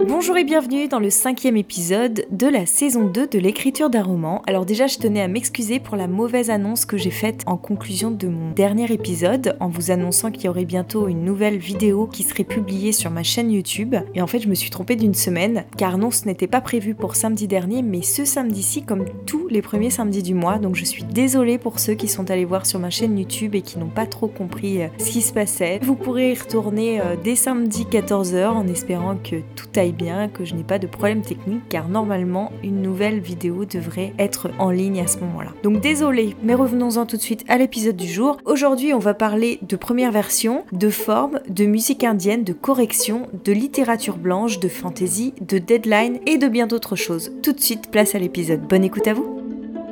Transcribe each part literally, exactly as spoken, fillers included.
Bonjour et bienvenue dans le cinquième épisode de la saison deux de l'écriture d'un roman. Alors déjà, je tenais à m'excuser pour la mauvaise annonce que j'ai faite en conclusion de mon dernier épisode, en vous annonçant qu'il y aurait bientôt une nouvelle vidéo qui serait publiée sur ma chaîne YouTube. Et en fait, je me suis trompée d'une semaine, car non, ce n'était pas prévu pour samedi dernier, mais ce samedi-ci, comme tous les premiers samedis du mois. Donc je suis désolée pour ceux qui sont allés voir sur ma chaîne YouTube et qui n'ont pas trop compris ce qui se passait. Vous pourrez y retourner dès samedi quatorze heures en espérant que tout aille bien, que je n'ai pas de problème technique, car normalement une nouvelle vidéo devrait être en ligne à ce moment-là. Donc désolé, mais revenons-en tout de suite à l'épisode du jour. Aujourd'hui, on va parler de première version, de forme, de musique indienne, de correction, de littérature blanche, de fantasy, de deadline et de bien d'autres choses. Tout de suite, place à l'épisode. Bonne écoute à vous.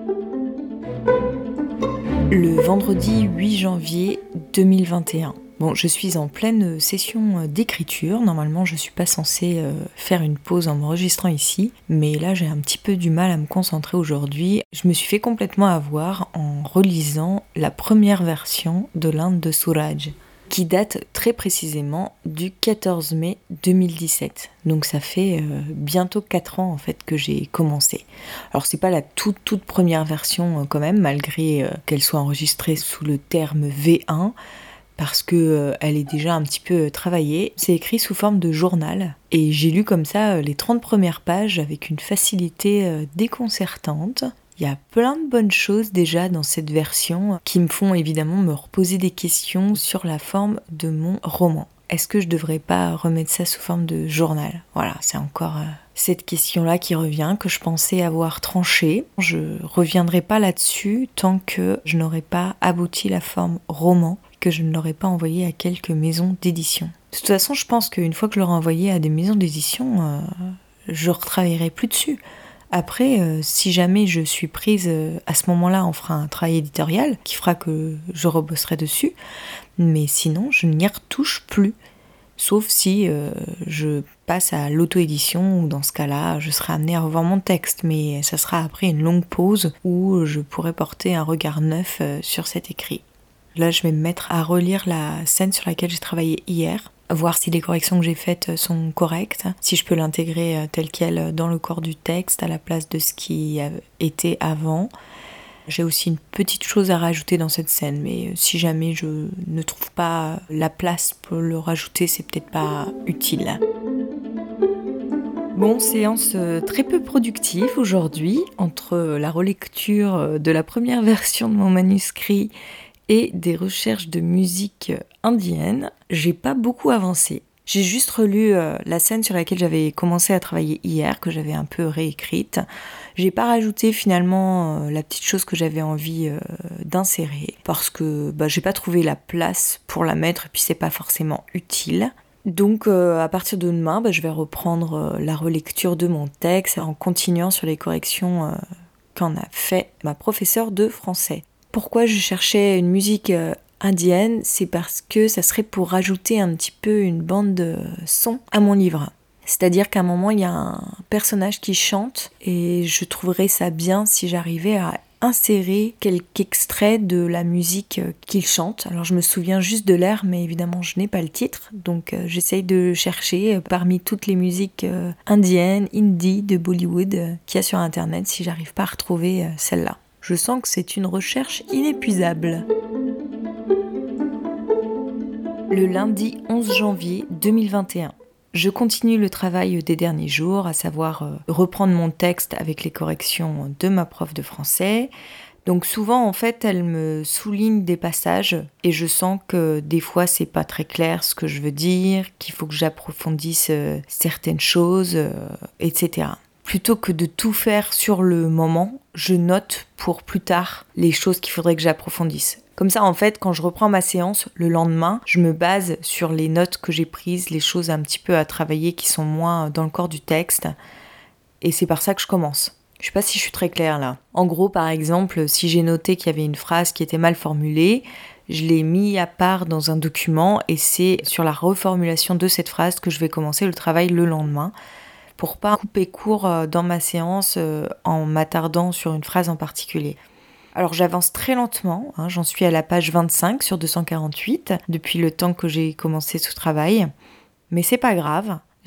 Le vendredi huit janvier deux mille vingt et un. Bon, je suis en pleine session d'écriture. Normalement, je suis pas censée euh, faire une pause en m'enregistrant ici, mais là, j'ai un petit peu du mal à me concentrer aujourd'hui. Je me suis fait complètement avoir en relisant la première version de l'Inde de Suraj, qui date très précisément du quatorze mai deux mille dix-sept. Donc ça fait euh, bientôt quatre ans en fait que j'ai commencé. Alors c'est pas la toute toute première version euh, quand même, malgré euh, qu'elle soit enregistrée sous le terme V un, parce que euh, elle est déjà un petit peu euh, travaillée. C'est écrit sous forme de journal, et j'ai lu comme ça euh, les trente premières pages avec une facilité euh, déconcertante. Il y a plein de bonnes choses déjà dans cette version qui me font évidemment me reposer des questions sur la forme de mon roman. Est-ce que je devrais pas remettre ça sous forme de journal ? Voilà, c'est encore euh, cette question-là qui revient, que je pensais avoir tranchée. Je reviendrai pas là-dessus tant que je n'aurai pas abouti la forme roman, que je ne l'aurai pas envoyé à quelques maisons d'édition. De toute façon, je pense qu'une fois que je l'aurai envoyé à des maisons d'édition, euh, je retravaillerai plus dessus. Après, euh, si jamais je suis prise, euh, à ce moment-là, on fera un travail éditorial qui fera que je rebosserai dessus. Mais sinon, je n'y retouche plus. Sauf si euh, je passe à l'auto-édition, ou dans ce cas-là, je serai amenée à revoir mon texte. Mais ça sera après une longue pause où je pourrai porter un regard neuf euh, sur cet écrit. Là, je vais me mettre à relire la scène sur laquelle j'ai travaillé hier, voir si les corrections que j'ai faites sont correctes, si je peux l'intégrer tel quel dans le corps du texte à la place de ce qui était avant. J'ai aussi une petite chose à rajouter dans cette scène, mais si jamais je ne trouve pas la place pour le rajouter, c'est peut-être pas utile. Bon, séance très peu productive aujourd'hui, entre la relecture de la première version de mon manuscrit et des recherches de musique indienne. J'ai pas beaucoup avancé. J'ai juste relu euh, la scène sur laquelle j'avais commencé à travailler hier, que j'avais un peu réécrite. J'ai pas rajouté finalement euh, la petite chose que j'avais envie euh, d'insérer, parce que bah, j'ai pas trouvé la place pour la mettre, et puis c'est pas forcément utile. Donc euh, à partir de demain, bah, je vais reprendre euh, la relecture de mon texte en continuant sur les corrections euh, qu'en a fait ma professeure de français. Pourquoi je cherchais une musique euh, indienne ? C'est parce que ça serait pour rajouter un petit peu une bande de son à mon livre. C'est-à-dire qu'à un moment, il y a un personnage qui chante, et je trouverais ça bien si j'arrivais à insérer quelques extraits de la musique qu'il chante. Alors je me souviens juste de l'air, mais évidemment je n'ai pas le titre, donc euh, j'essaye de chercher euh, parmi toutes les musiques euh, indiennes, indie, de Bollywood euh, qu'il y a sur internet, si j'arrive pas à retrouver euh, celle-là. Je sens que c'est une recherche inépuisable. Le lundi onze janvier deux mille vingt et un. Je continue le travail des derniers jours, à savoir euh, reprendre mon texte avec les corrections de ma prof de français. Donc souvent, en fait, elle me souligne des passages et je sens que des fois, c'est pas très clair ce que je veux dire, qu'il faut que j'approfondisse euh, certaines choses, euh, et cetera. Plutôt que de tout faire sur le moment, je note pour plus tard les choses qu'il faudrait que j'approfondisse. Comme ça, en fait, quand je reprends ma séance le lendemain, je me base sur les notes que j'ai prises, les choses un petit peu à travailler qui sont moins dans le corps du texte. Et c'est par ça que je commence. Je sais pas si je suis très claire là. En gros, par exemple, si j'ai noté qu'il y avait une phrase qui était mal formulée, je l'ai mis à part dans un document et c'est sur la reformulation de cette phrase que je vais commencer le travail le lendemain, pour pas couper court dans ma séance en m'attardant sur une phrase en particulier. Alors j'avance très lentement, hein, j'en suis à la page vingt-cinq sur deux cent quarante-huit depuis le temps que j'ai commencé ce travail, mais c'est pas grave,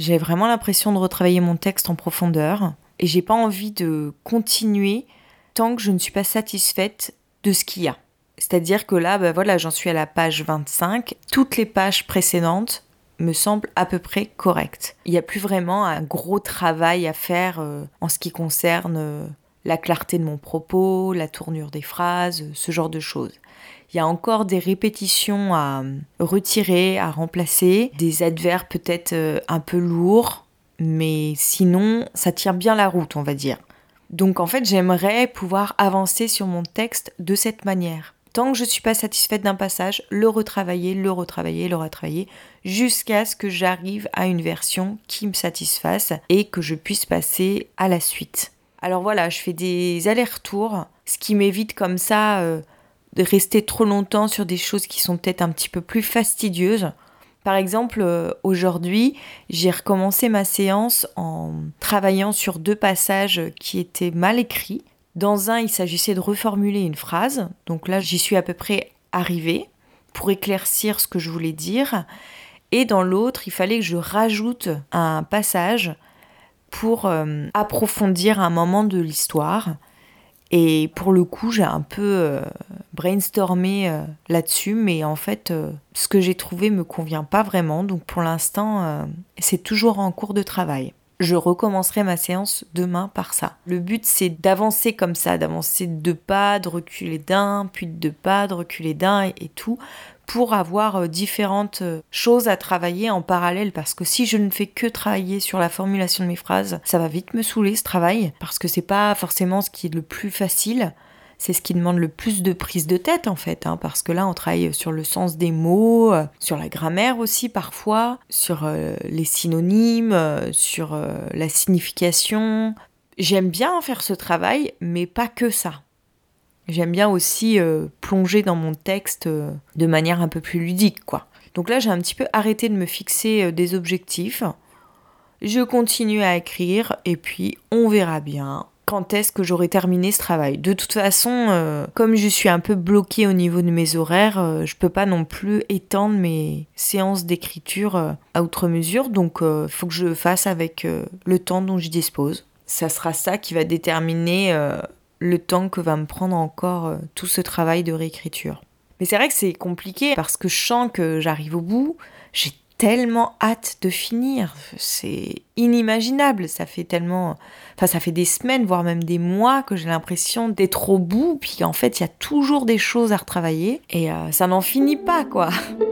J'ai vraiment l'impression de retravailler mon texte en profondeur et j'ai pas envie de continuer tant que je ne suis pas satisfaite de ce qu'il y a. C'est-à-dire que là, bah voilà, j'en suis à la page vingt-cinq. Toutes les pages précédentes me semblent à peu près correctes. Il n'y a plus vraiment un gros travail à faire euh, en ce qui concerne euh, la clarté de mon propos, la tournure des phrases, ce genre de choses. Il y a encore des répétitions à retirer, à remplacer, des adverbes peut-être euh, un peu lourds, mais sinon, ça tient bien la route, on va dire. Donc en fait, j'aimerais pouvoir avancer sur mon texte de cette manière. Tant que je ne suis pas satisfaite d'un passage, le retravailler, le retravailler, le retravailler, jusqu'à ce que j'arrive à une version qui me satisfasse et que je puisse passer à la suite. Alors voilà, je fais des allers-retours, ce qui m'évite comme ça euh, de rester trop longtemps sur des choses qui sont peut-être un petit peu plus fastidieuses. Par exemple, euh, aujourd'hui, j'ai recommencé ma séance en travaillant sur deux passages qui étaient mal écrits. Dans un, il s'agissait de reformuler une phrase. Donc là, j'y suis à peu près arrivée pour éclaircir ce que je voulais dire. Et dans l'autre, il fallait que je rajoute un passage pour euh, approfondir un moment de l'histoire. Et pour le coup, j'ai un peu euh, brainstormé euh, là-dessus, mais en fait, euh, ce que j'ai trouvé me convient pas vraiment. Donc pour l'instant, euh, c'est toujours en cours de travail. Je recommencerai ma séance demain par ça. Le but, c'est d'avancer comme ça, d'avancer de deux pas, de reculer d'un, puis de deux pas, de reculer d'un et, et tout, pour avoir différentes choses à travailler en parallèle. Parce que si je ne fais que travailler sur la formulation de mes phrases, ça va vite me saouler ce travail, parce que c'est pas forcément ce qui est le plus facile. C'est ce qui demande le plus de prise de tête en fait, hein, parce que là on travaille sur le sens des mots, euh, sur la grammaire aussi parfois, sur euh, les synonymes, euh, sur euh, la signification. J'aime bien faire ce travail, mais pas que ça. J'aime bien aussi euh, plonger dans mon texte euh, de manière un peu plus ludique, quoi. Donc là j'ai un petit peu arrêté de me fixer euh, des objectifs. Je continue à écrire et puis on verra bien quand est-ce que j'aurai terminé ce travail. De toute façon, euh, comme je suis un peu bloquée au niveau de mes horaires, euh, je peux pas non plus étendre mes séances d'écriture euh, à outre mesure, donc il euh, faut que je fasse avec euh, le temps dont je dispose. Ça sera ça qui va déterminer euh, le temps que va me prendre encore euh, tout ce travail de réécriture. Mais c'est vrai que c'est compliqué parce que je sens que j'arrive au bout, j'ai tellement hâte de finir, c'est inimaginable, ça fait tellement, enfin ça fait des semaines, voire même des mois que j'ai l'impression d'être au bout, puis en fait il y a toujours des choses à retravailler, et euh, ça n'en finit pas quoi.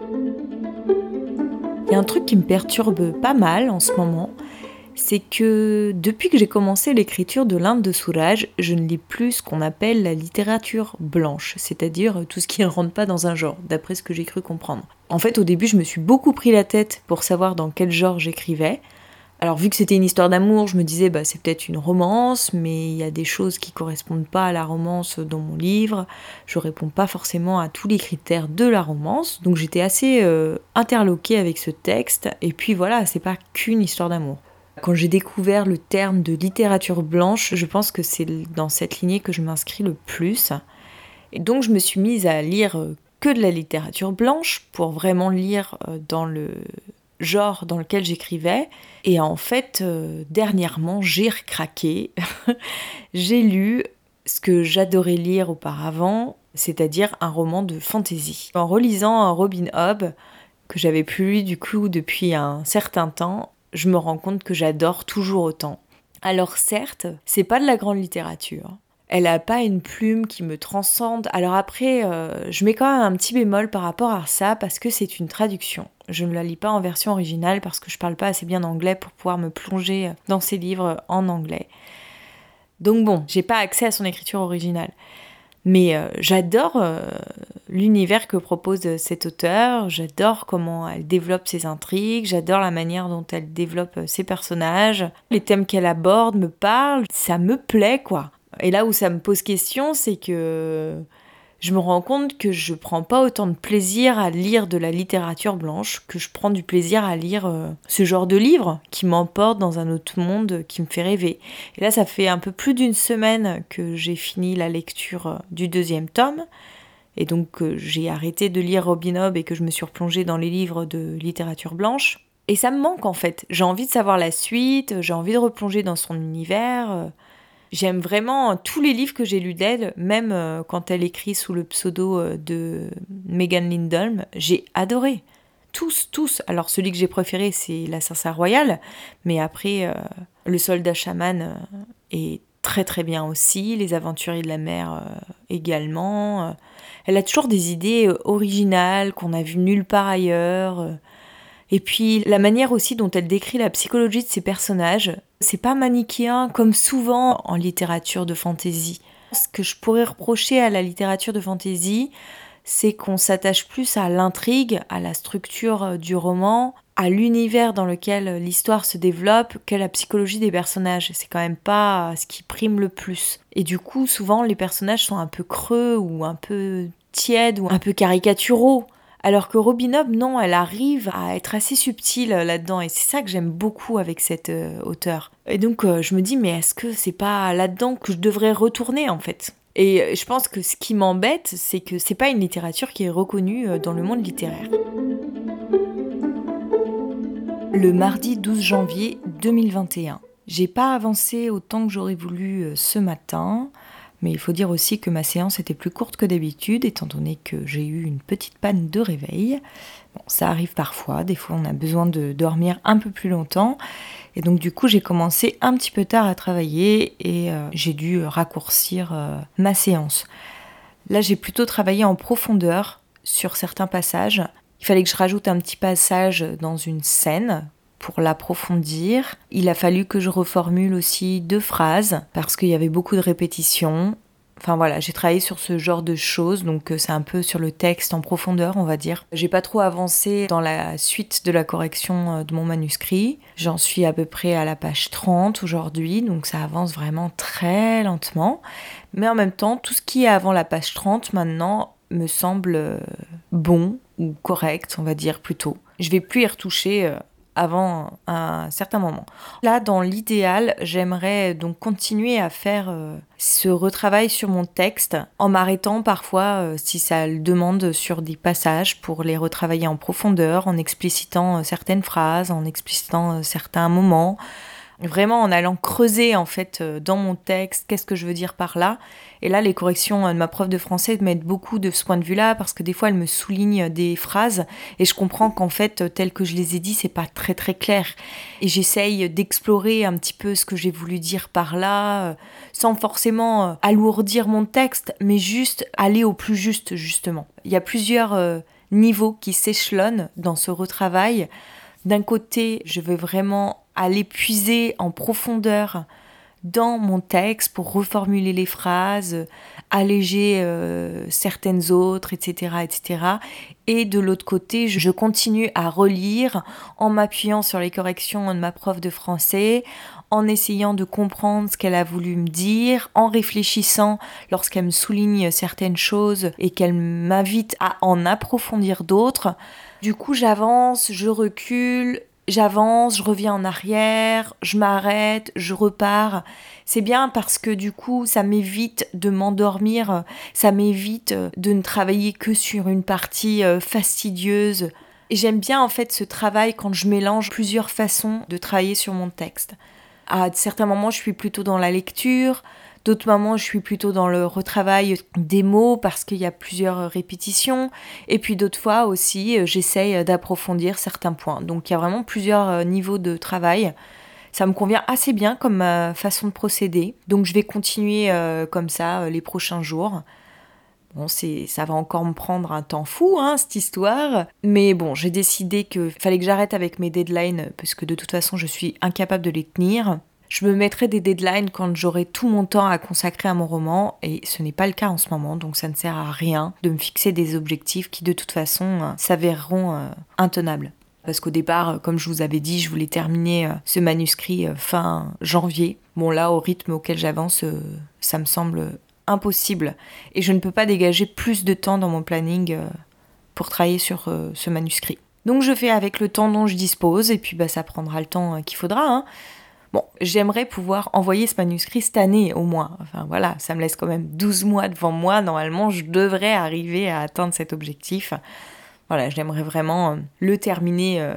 Il y a un truc qui me perturbe pas mal en ce moment, c'est que depuis que j'ai commencé l'écriture de l'Inde de Souraj, je ne lis plus ce qu'on appelle la littérature blanche, c'est-à-dire tout ce qui ne rentre pas dans un genre, d'après ce que j'ai cru comprendre. En fait, au début, je me suis beaucoup pris la tête pour savoir dans quel genre j'écrivais. Alors, vu que c'était une histoire d'amour, je me disais, bah, c'est peut-être une romance, mais il y a des choses qui correspondent pas à la romance dans mon livre. Je réponds pas forcément à tous les critères de la romance, donc j'étais assez euh, interloquée avec ce texte. Et puis voilà, c'est pas qu'une histoire d'amour. Quand j'ai découvert le terme de littérature blanche, je pense que c'est dans cette lignée que je m'inscris le plus. Et donc je me suis mise à lire que de la littérature blanche pour vraiment lire dans le genre dans lequel j'écrivais. Et en fait, euh, dernièrement, j'ai recraqué. J'ai lu ce que j'adorais lire auparavant, c'est-à-dire un roman de fantasy. En relisant Robin Hobb, que j'avais plus lu du coup depuis un certain temps, je me rends compte que j'adore toujours autant. Alors certes, c'est pas de la grande littérature. Elle a pas une plume qui me transcende. Alors après, euh, je mets quand même un petit bémol par rapport à ça parce que c'est une traduction. Je ne la lis pas en version originale parce que je parle pas assez bien anglais pour pouvoir me plonger dans ces livres en anglais. Donc bon, j'ai pas accès à son écriture originale. Mais euh, j'adore euh, l'univers que propose cet auteur, j'adore comment elle développe ses intrigues, j'adore la manière dont elle développe ses personnages. Les thèmes qu'elle aborde me parlent, ça me plaît quoi. Et là où ça me pose question, c'est que je me rends compte que je prends pas autant de plaisir à lire de la littérature blanche que je prends du plaisir à lire euh, ce genre de livre qui m'emporte dans un autre monde qui me fait rêver. Et là, ça fait un peu plus d'une semaine que j'ai fini la lecture du deuxième tome et donc euh, j'ai arrêté de lire Robin Hobb et que je me suis replongée dans les livres de littérature blanche. Et ça me manque en fait. J'ai envie de savoir la suite, j'ai envie de replonger dans son univers. J'aime vraiment tous les livres que j'ai lus d'elle, même quand elle écrit sous le pseudo de Megan Lindholm. J'ai adoré. Tous, tous. Alors celui que j'ai préféré, c'est L'Assassin Royal, mais après, euh, Le Soldat Chaman euh, est très très bien aussi, Les Aventuriers de la Mer euh, également. Euh, elle a toujours des idées euh, originales qu'on a vues nulle part ailleurs. Euh, et puis la manière aussi dont elle décrit la psychologie de ses personnages, c'est pas manichéen comme souvent en littérature de fantasy. Ce que je pourrais reprocher à la littérature de fantasy, c'est qu'on s'attache plus à l'intrigue, à la structure du roman, à l'univers dans lequel l'histoire se développe, qu'à la psychologie des personnages. C'est quand même pas ce qui prime le plus. Et du coup, souvent, les personnages sont un peu creux ou un peu tièdes ou un peu caricaturaux. Alors que Robin Hobb, non, elle arrive à être assez subtile là-dedans. Et c'est ça que j'aime beaucoup avec cette euh, auteure. Et donc, euh, je me dis, mais est-ce que c'est pas là-dedans que je devrais retourner, en fait ? Et je pense que ce qui m'embête, c'est que c'est pas une littérature qui est reconnue dans le monde littéraire. Le mardi douze janvier deux mille vingt et un. J'ai pas avancé autant que j'aurais voulu ce matin, mais il faut dire aussi que ma séance était plus courte que d'habitude, étant donné que j'ai eu une petite panne de réveil. Bon, ça arrive parfois, des fois on a besoin de dormir un peu plus longtemps. Et donc du coup, j'ai commencé un petit peu tard à travailler et euh, j'ai dû raccourcir euh, ma séance. Là, j'ai plutôt travaillé en profondeur sur certains passages. Il fallait que je rajoute un petit passage dans une scène pour l'approfondir. Il a fallu que je reformule aussi deux phrases parce qu'il y avait beaucoup de répétitions. Enfin voilà, j'ai travaillé sur ce genre de choses, donc c'est un peu sur le texte en profondeur, on va dire. J'ai pas trop avancé dans la suite de la correction de mon manuscrit. J'en suis à peu près à la page trente aujourd'hui, donc ça avance vraiment très lentement. Mais en même temps, tout ce qui est avant la page trente maintenant me semble bon ou correct, on va dire plutôt. Je vais plus y retoucher avant un certain moment. Là, dans l'idéal, j'aimerais donc continuer à faire euh, ce retravail sur mon texte en m'arrêtant parfois, euh, si ça le demande, sur des passages pour les retravailler en profondeur, en explicitant euh, certaines phrases, en explicitant euh, certains moments, vraiment en allant creuser en fait euh, dans mon texte, qu'est-ce que je veux dire par là. Et là, les corrections de ma prof de français m'aident beaucoup de ce point de vue-là, parce que des fois, elle me souligne des phrases, et je comprends qu'en fait, tel que je les ai dit, c'est pas très très clair. Et j'essaye d'explorer un petit peu ce que j'ai voulu dire par là, sans forcément alourdir mon texte, mais juste aller au plus juste, justement. Il y a plusieurs euh, niveaux qui s'échelonnent dans ce retravail. D'un côté, je veux vraiment aller puiser en profondeur dans mon texte pour reformuler les phrases, alléger euh, certaines autres, et cetera, et cetera. Et de l'autre côté, je continue à relire en m'appuyant sur les corrections de ma prof de français, en essayant de comprendre ce qu'elle a voulu me dire, en réfléchissant lorsqu'elle me souligne certaines choses et qu'elle m'invite à en approfondir d'autres. Du coup, j'avance, je recule, j'avance, je reviens en arrière, je m'arrête, je repars. C'est bien parce que du coup, ça m'évite de m'endormir, ça m'évite de ne travailler que sur une partie fastidieuse. Et j'aime bien en fait ce travail quand je mélange plusieurs façons de travailler sur mon texte. À certains moments, je suis plutôt dans la lecture. D'autres moments, je suis plutôt dans le retravail des mots parce qu'il y a plusieurs répétitions. Et puis d'autres fois aussi, j'essaye d'approfondir certains points. Donc il y a vraiment plusieurs niveaux de travail. Ça me convient assez bien comme façon de procéder. Donc je vais continuer euh, comme ça les prochains jours. Bon, c'est, ça va encore me prendre un temps fou, hein, cette histoire. Mais bon, j'ai décidé qu'il fallait que j'arrête avec mes deadlines parce que de toute façon, je suis incapable de les tenir. Je me mettrai des deadlines quand j'aurai tout mon temps à consacrer à mon roman, et ce n'est pas le cas en ce moment, donc ça ne sert à rien de me fixer des objectifs qui de toute façon euh, s'avéreront euh, intenables. Parce qu'au départ, comme je vous avais dit, je voulais terminer euh, ce manuscrit euh, fin janvier. Bon là, au rythme auquel j'avance, euh, ça me semble impossible, et je ne peux pas dégager plus de temps dans mon planning euh, pour travailler sur euh, ce manuscrit. Donc je fais avec le temps dont je dispose, et puis bah, ça prendra le temps euh, qu'il faudra, hein. Bon, j'aimerais pouvoir envoyer ce manuscrit cette année au moins. Enfin voilà, ça me laisse quand même douze mois devant moi. Normalement, je devrais arriver à atteindre cet objectif. Voilà, j'aimerais vraiment le terminer euh,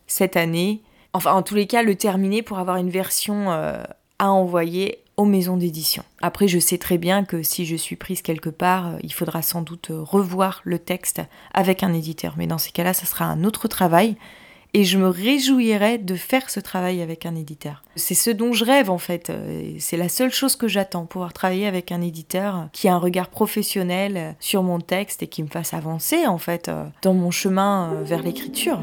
cette année. Enfin, en tous les cas, le terminer pour avoir une version euh, à envoyer aux maisons d'édition. Après, je sais très bien que si je suis prise quelque part, euh, il faudra sans doute revoir le texte avec un éditeur. Mais dans ces cas-là, ça sera un autre travail. Et je me réjouirais de faire ce travail avec un éditeur. C'est ce dont je rêve en fait. C'est la seule chose que j'attends, pouvoir travailler avec un éditeur qui a un regard professionnel sur mon texte et qui me fasse avancer en fait dans mon chemin vers l'écriture.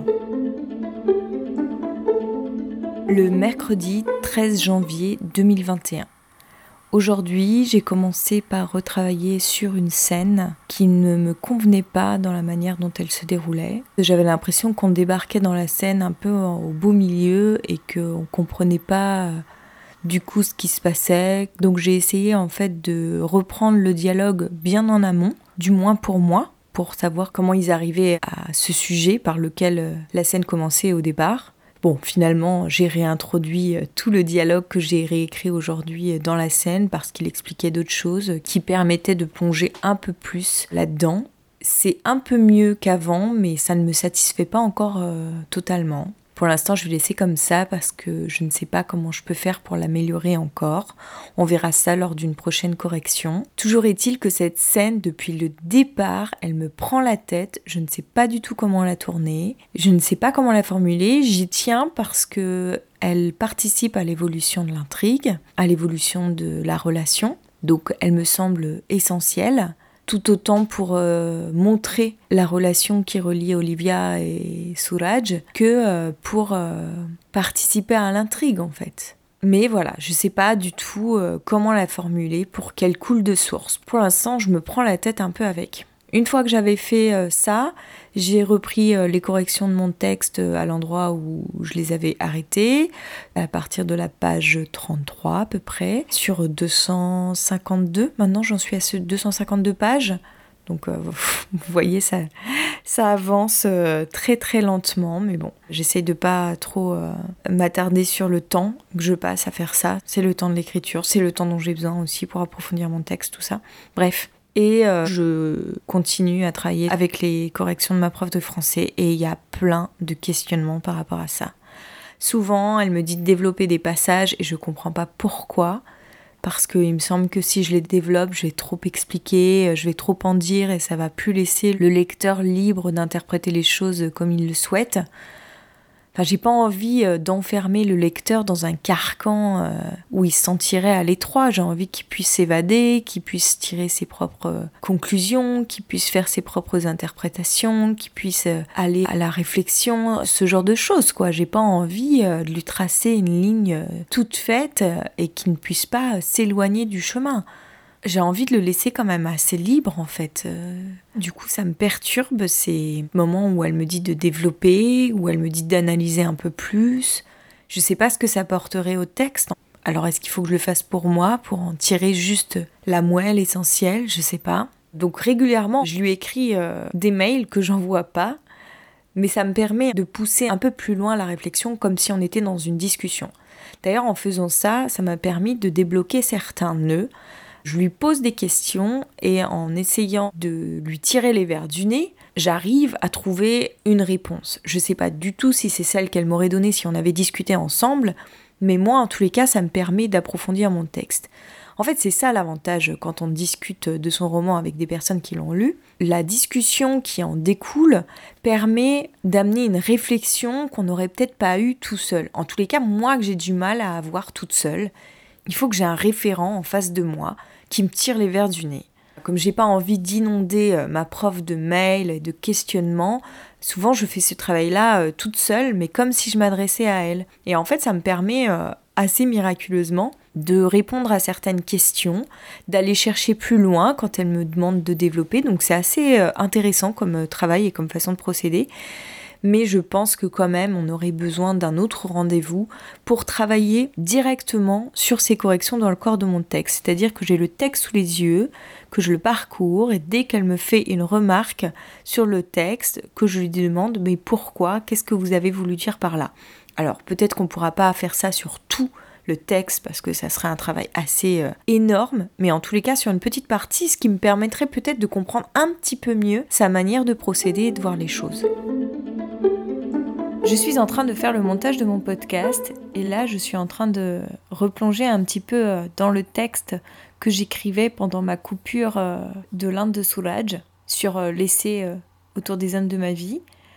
Le mercredi treize janvier deux mille vingt et un. Aujourd'hui, j'ai commencé par retravailler sur une scène qui ne me convenait pas dans la manière dont elle se déroulait. J'avais l'impression qu'on débarquait dans la scène un peu au beau milieu et qu'on ne comprenait pas du coup ce qui se passait. Donc j'ai essayé en fait de reprendre le dialogue bien en amont, du moins pour moi, pour savoir comment ils arrivaient à ce sujet par lequel la scène commençait au départ. Bon, finalement, j'ai réintroduit tout le dialogue que j'ai réécrit aujourd'hui dans la scène parce qu'il expliquait d'autres choses qui permettaient de plonger un peu plus là-dedans. C'est un peu mieux qu'avant, mais ça ne me satisfait pas encore euh, totalement. Pour l'instant, je vais laisser comme ça parce que je ne sais pas comment je peux faire pour l'améliorer encore. On verra ça lors d'une prochaine correction. Toujours est-il que cette scène, depuis le départ, elle me prend la tête. Je ne sais pas du tout comment la tourner. Je ne sais pas comment la formuler. J'y tiens parce que elle participe à l'évolution de l'intrigue, à l'évolution de la relation. Donc, elle me semble essentielle. Tout autant pour euh, montrer la relation qui relie Olivia et Suraj que euh, pour euh, participer à l'intrigue en fait. Mais voilà, je sais pas du tout euh, comment la formuler pour qu'elle coule de source. Pour l'instant, je me prends la tête un peu avec. Une fois que j'avais fait euh, ça, j'ai repris euh, les corrections de mon texte euh, à l'endroit où je les avais arrêtées, à partir de la page trente-trois à peu près, sur deux cent cinquante-deux. Maintenant, j'en suis à ce deux cent cinquante-deux pages. Donc, euh, vous voyez, ça, ça avance euh, très très lentement. Mais bon, j'essaye de pas trop euh, m'attarder sur le temps que je passe à faire ça. C'est le temps de l'écriture, c'est le temps dont j'ai besoin aussi pour approfondir mon texte, tout ça. Bref. Et euh, je continue à travailler avec les corrections de ma prof de français et il y a plein de questionnements par rapport à ça. Souvent, elle me dit de développer des passages et je comprends pas pourquoi, parce qu'il me semble que si je les développe, je vais trop expliquer, je vais trop en dire et ça va plus laisser le lecteur libre d'interpréter les choses comme il le souhaite. Enfin, j'ai pas envie d'enfermer le lecteur dans un carcan euh, où il se sentirait à l'étroit. J'ai envie qu'il puisse s'évader, qu'il puisse tirer ses propres conclusions, qu'il puisse faire ses propres interprétations, qu'il puisse aller à la réflexion, ce genre de choses, quoi. J'ai pas envie euh, de lui tracer une ligne euh, toute faite euh, et qu'il ne puisse pas euh, s'éloigner du chemin. J'ai envie de le laisser quand même assez libre en fait. Du coup, ça me perturbe ces moments où elle me dit de développer, où elle me dit d'analyser un peu plus. Je sais pas ce que ça apporterait au texte. Alors est-ce qu'il faut que je le fasse pour moi, pour en tirer juste la moelle essentielle? Je sais pas. Donc régulièrement, je lui écris euh, des mails que j'envoie pas, mais ça me permet de pousser un peu plus loin la réflexion comme si on était dans une discussion. D'ailleurs, en faisant ça, ça m'a permis de débloquer certains nœuds. Je lui pose des questions et en essayant de lui tirer les vers du nez, j'arrive à trouver une réponse. Je ne sais pas du tout si c'est celle qu'elle m'aurait donnée si on avait discuté ensemble, mais moi, en tous les cas, ça me permet d'approfondir mon texte. En fait, c'est ça l'avantage quand on discute de son roman avec des personnes qui l'ont lu. La discussion qui en découle permet d'amener une réflexion qu'on n'aurait peut-être pas eue tout seul. En tous les cas, moi que j'ai du mal à avoir toute seule, il faut que j'ai un référent en face de moi qui me tire les vers du nez. Comme j'ai pas envie d'inonder ma prof de mails et de questionnements, souvent je fais ce travail-là euh, toute seule, mais comme si je m'adressais à elle. Et en fait, ça me permet euh, assez miraculeusement de répondre à certaines questions, d'aller chercher plus loin quand elle me demande de développer. Donc c'est assez euh, intéressant comme euh, travail et comme façon de procéder. Mais je pense que quand même, on aurait besoin d'un autre rendez-vous pour travailler directement sur ces corrections dans le corps de mon texte. C'est-à-dire que j'ai le texte sous les yeux, que je le parcours, et dès qu'elle me fait une remarque sur le texte, que je lui demande « mais pourquoi ? Qu'est-ce que vous avez voulu dire par là ?» Alors, peut-être qu'on ne pourra pas faire ça sur tout le texte, parce que ça serait un travail assez euh, énorme, mais en tous les cas, sur une petite partie, ce qui me permettrait peut-être de comprendre un petit peu mieux sa manière de procéder et de voir les choses. Je suis en train de faire le montage de mon podcast et là je suis en train de replonger un petit peu dans le texte que j'écrivais pendant ma coupure de l'Inde de Suraj sur l'essai autour des hommes de ma vie.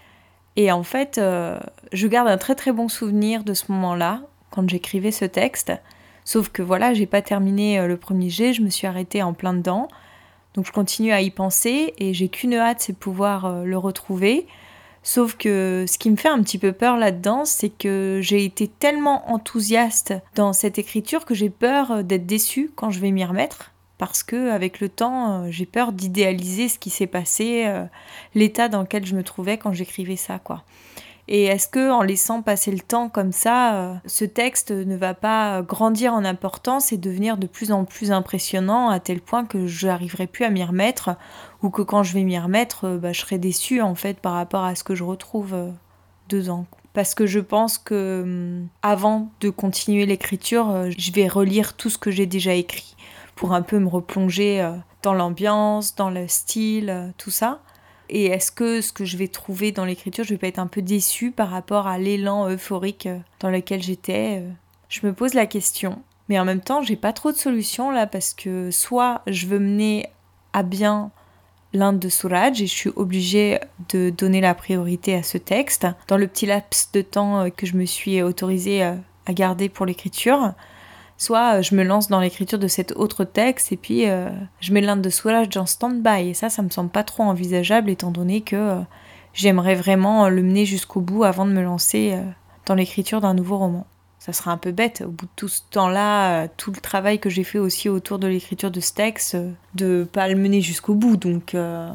Et en fait, je garde un très très bon souvenir de ce moment-là, quand j'écrivais ce texte. Sauf que voilà, j'ai pas terminé le premier jet, je me suis arrêtée en plein dedans. Donc je continue à y penser et j'ai qu'une hâte, c'est de pouvoir le retrouver. Sauf que ce qui me fait un petit peu peur là-dedans, c'est que j'ai été tellement enthousiaste dans cette écriture que j'ai peur d'être déçue quand je vais m'y remettre. Parce qu'avec le temps, j'ai peur d'idéaliser ce qui s'est passé, l'état dans lequel je me trouvais quand j'écrivais ça, quoi. Et est-ce que, en laissant passer le temps comme ça, ce texte ne va pas grandir en importance et devenir de plus en plus impressionnant à tel point que je n'arriverai plus à m'y remettre, ou que quand je vais m'y remettre, bah, je serai déçue en fait par rapport à ce que je retrouve dedans. Parce que je pense que avant de continuer l'écriture, je vais relire tout ce que j'ai déjà écrit pour un peu me replonger dans l'ambiance, dans le style, tout ça. Et est-ce que ce que je vais trouver dans l'écriture, je vais pas être un peu déçue par rapport à l'élan euphorique dans lequel j'étais ? Je me pose la question. Mais en même temps, j'ai pas trop de solutions là parce que soit je veux mener à bien l'Inde de Suraj et je suis obligée de donner la priorité à ce texte dans le petit laps de temps que je me suis autorisée à garder pour l'écriture. Soit je me lance dans l'écriture de cet autre texte et puis euh, je mets l'Inde de Suraj en stand-by. Et ça, ça me semble pas trop envisageable étant donné que euh, j'aimerais vraiment le mener jusqu'au bout avant de me lancer euh, dans l'écriture d'un nouveau roman. Ça serait un peu bête, au bout de tout ce temps-là, euh, tout le travail que j'ai fait aussi autour de l'écriture de ce texte, euh, de pas le mener jusqu'au bout. Donc euh,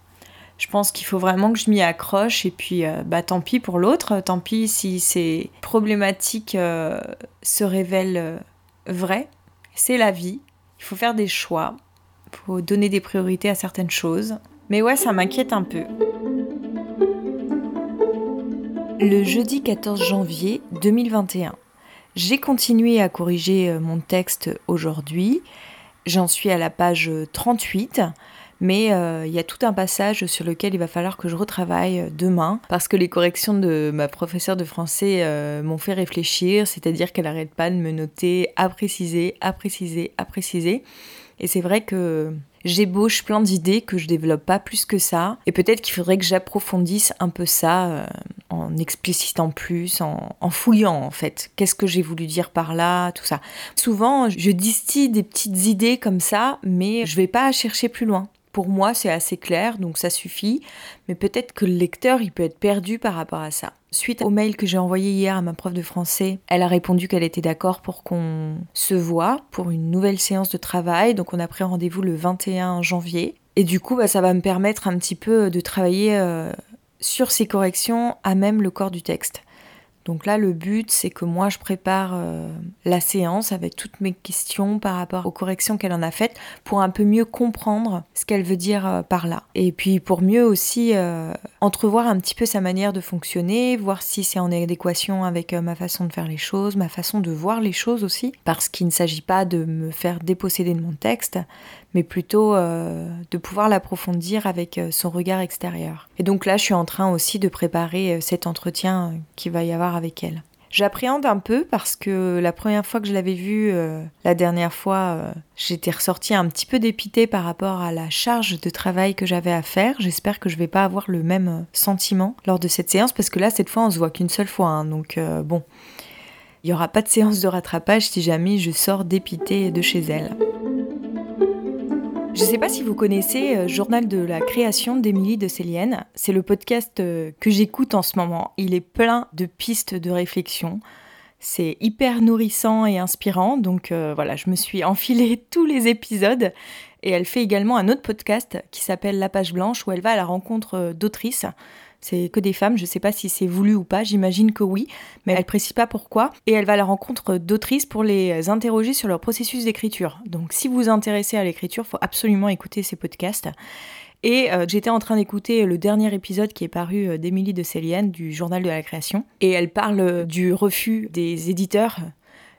je pense qu'il faut vraiment que je m'y accroche et puis euh, bah, tant pis pour l'autre, tant pis si ces problématiques euh, se révèlent... Euh, vrai, c'est la vie, il faut faire des choix, il faut donner des priorités à certaines choses. Mais ouais, ça m'inquiète un peu. Le jeudi quatorze janvier deux mille vingt et un, j'ai continué à corriger mon texte aujourd'hui. J'en suis à la page trente-huit, mais il euh, y a tout un passage sur lequel il va falloir que je retravaille demain, parce que les corrections de ma professeure de français euh, m'ont fait réfléchir, c'est-à-dire qu'elle n'arrête pas de me noter à préciser, à préciser, à préciser. Et c'est vrai que j'ébauche plein d'idées que je développe pas plus que ça, et peut-être qu'il faudrait que j'approfondisse un peu ça euh, en explicitant plus, en, en fouillant en fait. Qu'est-ce que j'ai voulu dire par là, tout ça. Souvent, je distille des petites idées comme ça, mais je vais pas chercher plus loin. Pour moi, c'est assez clair, donc ça suffit. Mais peut-être que le lecteur, il peut être perdu par rapport à ça. Suite au mail que j'ai envoyé hier à ma prof de français, elle a répondu qu'elle était d'accord pour qu'on se voit pour une nouvelle séance de travail. Donc on a pris rendez-vous le vingt et un janvier. Et du coup, bah, ça va me permettre un petit peu de travailler euh, sur ces corrections à même le corps du texte. Donc là, le but, c'est que moi, je prépare euh, la séance avec toutes mes questions par rapport aux corrections qu'elle en a faites pour un peu mieux comprendre ce qu'elle veut dire euh, par là. Et puis pour mieux aussi euh, entrevoir un petit peu sa manière de fonctionner, voir si c'est en adéquation avec euh, ma façon de faire les choses, ma façon de voir les choses aussi, parce qu'il ne s'agit pas de me faire déposséder de mon texte, mais plutôt euh, de pouvoir l'approfondir avec euh, son regard extérieur. Et donc là, je suis en train aussi de préparer euh, cet entretien euh, qu'il va y avoir avec elle. J'appréhende un peu parce que la première fois que je l'avais vue, euh, la dernière fois, euh, j'étais ressortie un petit peu dépitée par rapport à la charge de travail que j'avais à faire. J'espère que je vais pas avoir le même sentiment lors de cette séance parce que là, cette fois, on se voit qu'une seule fois. Hein, donc euh, bon, il y aura pas de séance de rattrapage si jamais je sors dépitée de chez elle. Je ne sais pas si vous connaissez euh, Journal de la création d'Émilie de Sélienne. C'est le podcast euh, que j'écoute en ce moment. Il est plein de pistes de réflexion. C'est hyper nourrissant et inspirant. Donc euh, voilà, je me suis enfilé tous les épisodes. Et elle fait également un autre podcast qui s'appelle La Page Blanche où elle va à la rencontre d'autrices. C'est que des femmes, je ne sais pas si c'est voulu ou pas, j'imagine que oui, mais elle ne précise pas pourquoi. Et elle va à la rencontre d'autrices pour les interroger sur leur processus d'écriture. Donc si vous vous intéressez à l'écriture, il faut absolument écouter ces podcasts. Et euh, j'étais en train d'écouter le dernier épisode qui est paru euh, d'Émilie de Sélienne, du Journal de la création. Et elle parle du refus des éditeurs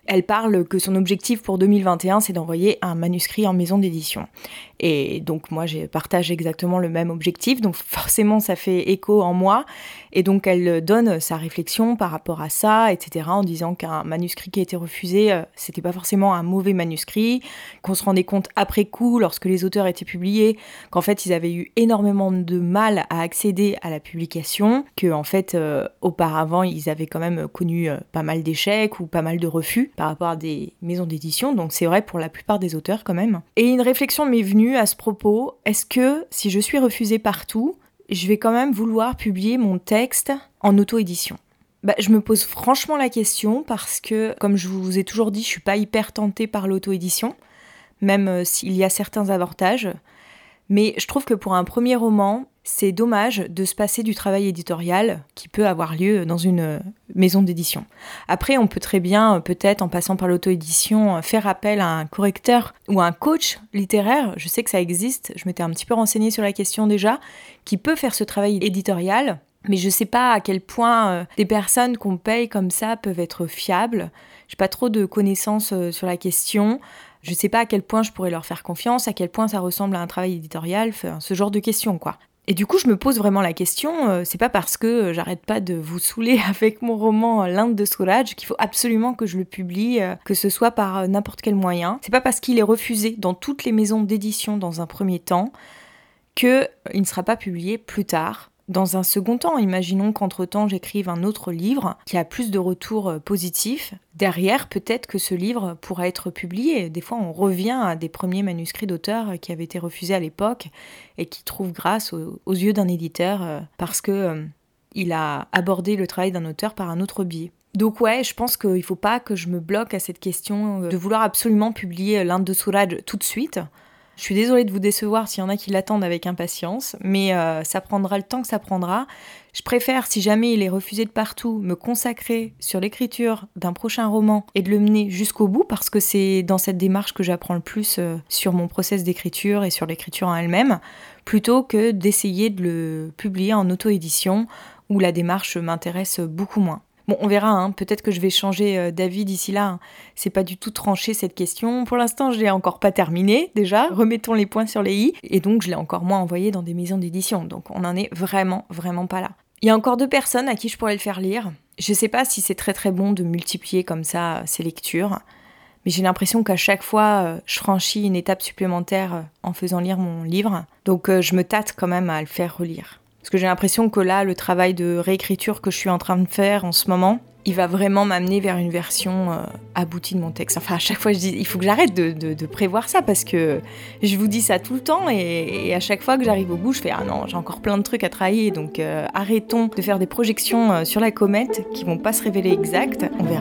Elle parle que son objectif pour deux mille vingt et un, c'est d'envoyer un manuscrit en maison d'édition. Et donc moi, je partage exactement le même objectif, donc forcément ça fait écho en moi. Et donc elle donne sa réflexion par rapport à ça, et cetera, en disant qu'un manuscrit qui a été refusé, euh, c'était pas forcément un mauvais manuscrit, qu'on se rendait compte après coup, lorsque les auteurs étaient publiés, qu'en fait ils avaient eu énormément de mal à accéder à la publication, que en fait euh, auparavant ils avaient quand même connu euh, pas mal d'échecs ou pas mal de refus par rapport à des maisons d'édition, donc c'est vrai pour la plupart des auteurs quand même. Et une réflexion m'est venue à ce propos, est-ce que si je suis refusée partout, je vais quand même vouloir publier mon texte en auto-édition ? Bah, je me pose franchement la question parce que, comme je vous ai toujours dit, je suis pas hyper tentée par l'auto-édition, même euh, s'il y a certains avantages. Mais je trouve que pour un premier roman, c'est dommage de se passer du travail éditorial qui peut avoir lieu dans une maison d'édition. Après, on peut très bien, peut-être en passant par l'auto-édition, faire appel à un correcteur ou à un coach littéraire. Je sais que ça existe, je m'étais un petit peu renseignée sur la question déjà, qui peut faire ce travail éditorial. Mais je sais pas à quel point euh, des personnes qu'on paye comme ça peuvent être fiables. J'ai pas trop de connaissances euh, sur la question. Je sais pas à quel point je pourrais leur faire confiance, à quel point ça ressemble à un travail éditorial, enfin, ce genre de questions, quoi. Et du coup, je me pose vraiment la question, euh, c'est pas parce que euh, j'arrête pas de vous saouler avec mon roman euh, L'Inde de Souraj qu'il faut absolument que je le publie, euh, que ce soit par euh, n'importe quel moyen. C'est pas parce qu'il est refusé dans toutes les maisons d'édition dans un premier temps qu'il euh, ne sera pas publié plus tard. Dans un second temps, imaginons qu'entre-temps j'écrive un autre livre qui a plus de retours positifs. Derrière, peut-être que ce livre pourra être publié. Des fois, on revient à des premiers manuscrits d'auteurs qui avaient été refusés à l'époque et qui trouvent grâce aux, aux yeux d'un éditeur parce que euh, il a abordé le travail d'un auteur par un autre biais. Donc ouais, je pense qu'il ne faut pas que je me bloque à cette question de vouloir absolument publier L'Inde de Souraj tout de suite. Je suis désolée de vous décevoir s'il y en a qui l'attendent avec impatience, mais euh, ça prendra le temps que ça prendra. Je préfère, si jamais il est refusé de partout, me consacrer sur l'écriture d'un prochain roman et de le mener jusqu'au bout, parce que c'est dans cette démarche que j'apprends le plus euh, sur mon process d'écriture et sur l'écriture en elle-même, plutôt que d'essayer de le publier en auto-édition, où la démarche m'intéresse beaucoup moins. Bon, on verra, hein. Peut-être que je vais changer euh, d'avis d'ici là. Hein. C'est pas du tout tranché cette question. Pour l'instant, je l'ai encore pas terminée, déjà. Remettons les points sur les i. Et donc, je l'ai encore moins envoyé dans des maisons d'édition. Donc, on en est vraiment, vraiment pas là. Il y a encore deux personnes à qui je pourrais le faire lire. Je sais pas si c'est très très bon de multiplier comme ça ces lectures. Mais j'ai l'impression qu'à chaque fois, euh, je franchis une étape supplémentaire euh, en faisant lire mon livre. Donc, euh, je me tâte quand même à le faire relire. Parce que j'ai l'impression que là, le travail de réécriture que je suis en train de faire en ce moment, il va vraiment m'amener vers une version euh, aboutie de mon texte. Enfin, à chaque fois, je dis, il faut que j'arrête de, de, de prévoir ça parce que je vous dis ça tout le temps et, et à chaque fois que j'arrive au bout, je fais « Ah non, j'ai encore plein de trucs à travailler, donc euh, arrêtons de faire des projections euh, sur la comète qui vont pas se révéler exactes, on verra. »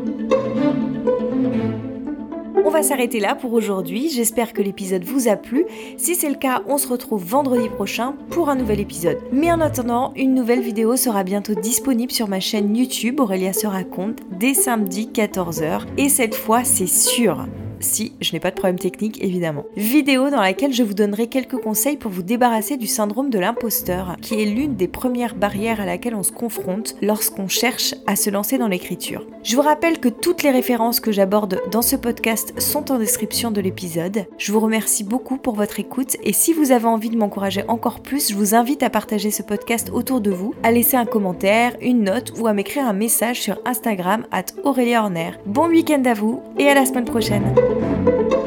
On va s'arrêter là pour aujourd'hui, j'espère que l'épisode vous a plu. Si c'est le cas, on se retrouve vendredi prochain pour un nouvel épisode. Mais en attendant, une nouvelle vidéo sera bientôt disponible sur ma chaîne YouTube Aurélia se raconte dès samedi quatorze heures. Et cette fois, c'est sûr. Si je n'ai pas de problème technique, évidemment. Vidéo dans laquelle je vous donnerai quelques conseils pour vous débarrasser du syndrome de l'imposteur, qui est l'une des premières barrières à laquelle on se confronte lorsqu'on cherche à se lancer dans l'écriture. Je vous rappelle que toutes les références que j'aborde dans ce podcast sont en description de l'épisode. Je vous remercie beaucoup pour votre écoute et si vous avez envie de m'encourager encore plus, je vous invite à partager ce podcast autour de vous, à laisser un commentaire, une note ou à m'écrire un message sur Instagram arobase aurélia horner. Bon week-end à vous et à la semaine prochaine. Thank you.